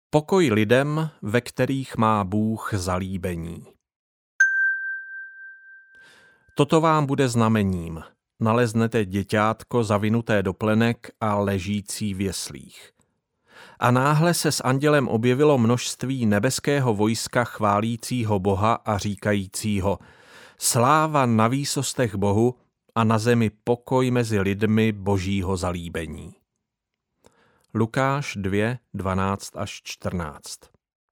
Pokoj lidem, ve kterých má Bůh zalíbení. Toto vám bude znamením. Naleznete děťátko zavinuté do plenek a ležící v jeslích. A náhle se s andělem objevilo množství nebeského vojska chválícího Boha a říkajícího: Sláva na výsostech Bohu a na zemi pokoj mezi lidmi Božího zalíbení. Lukáš 2, 12 až 14.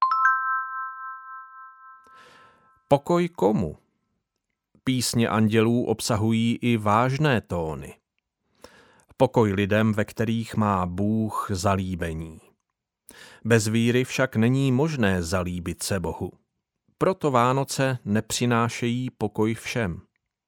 Pokoj komu? Písně andělů obsahují i vážné tóny. Pokoj lidem, ve kterých má Bůh zalíbení. Bez víry však není možné zalíbit se Bohu. Proto Vánoce nepřinášejí pokoj všem.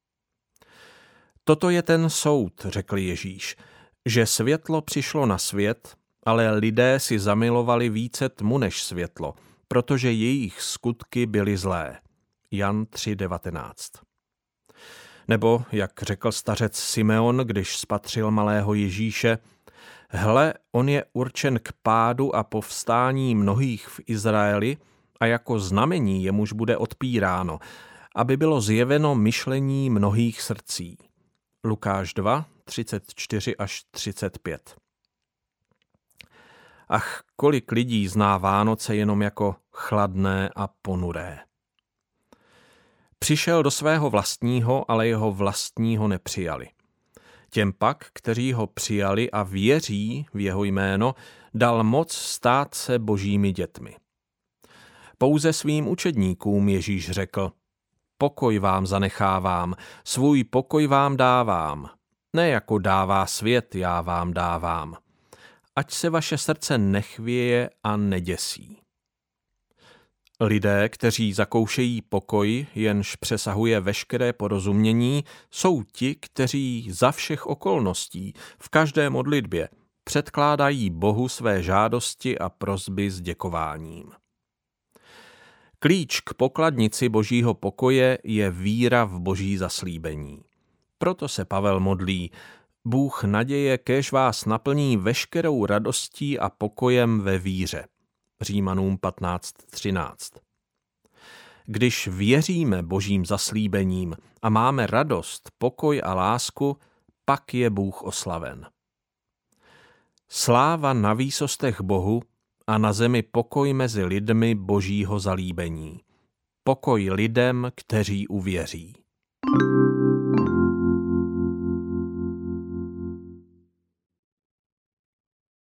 Toto je ten soud, řekl Ježíš, že světlo přišlo na svět, ale lidé si zamilovali více tmu než světlo, protože jejich skutky byly zlé. Jan 3,19. Nebo, jak řekl stařec Simeon, když spatřil malého Ježíše: Hle, on je určen k pádu a povstání mnohých v Izraeli a jako znamení jemuž bude odpíráno, aby bylo zjeveno myšlení mnohých srdcí. Lukáš 2, 34 až 35. Ach, kolik lidí zná Vánoce jenom jako chladné a ponuré. Přišel do svého vlastního, ale jeho vlastního nepřijali. Těm pak, kteří ho přijali a věří v jeho jméno, dal moc stát se božími dětmi. Pouze svým učedníkům Ježíš řekl: Pokoj vám zanechávám, svůj pokoj vám dávám. Ne jako dává svět, já vám dávám. Ať se vaše srdce nechvěje a neděsí. Lidé, kteří zakoušejí pokoj, jenž přesahuje veškeré porozumění, jsou ti, kteří za všech okolností, v každé modlitbě, předkládají Bohu své žádosti a prosby s děkováním. Klíč k pokladnici Božího pokoje je víra v Boží zaslíbení. Proto se Pavel modlí: Bůh naděje kéž vás naplní veškerou radostí a pokojem ve víře. Římanům 15:13. Když věříme Božím zaslíbením a máme radost, pokoj a lásku, pak je Bůh oslaven. Sláva na výsostech Bohu a na zemi pokoj mezi lidmi Božího zalíbení. Pokoj lidem, kteří uvěří.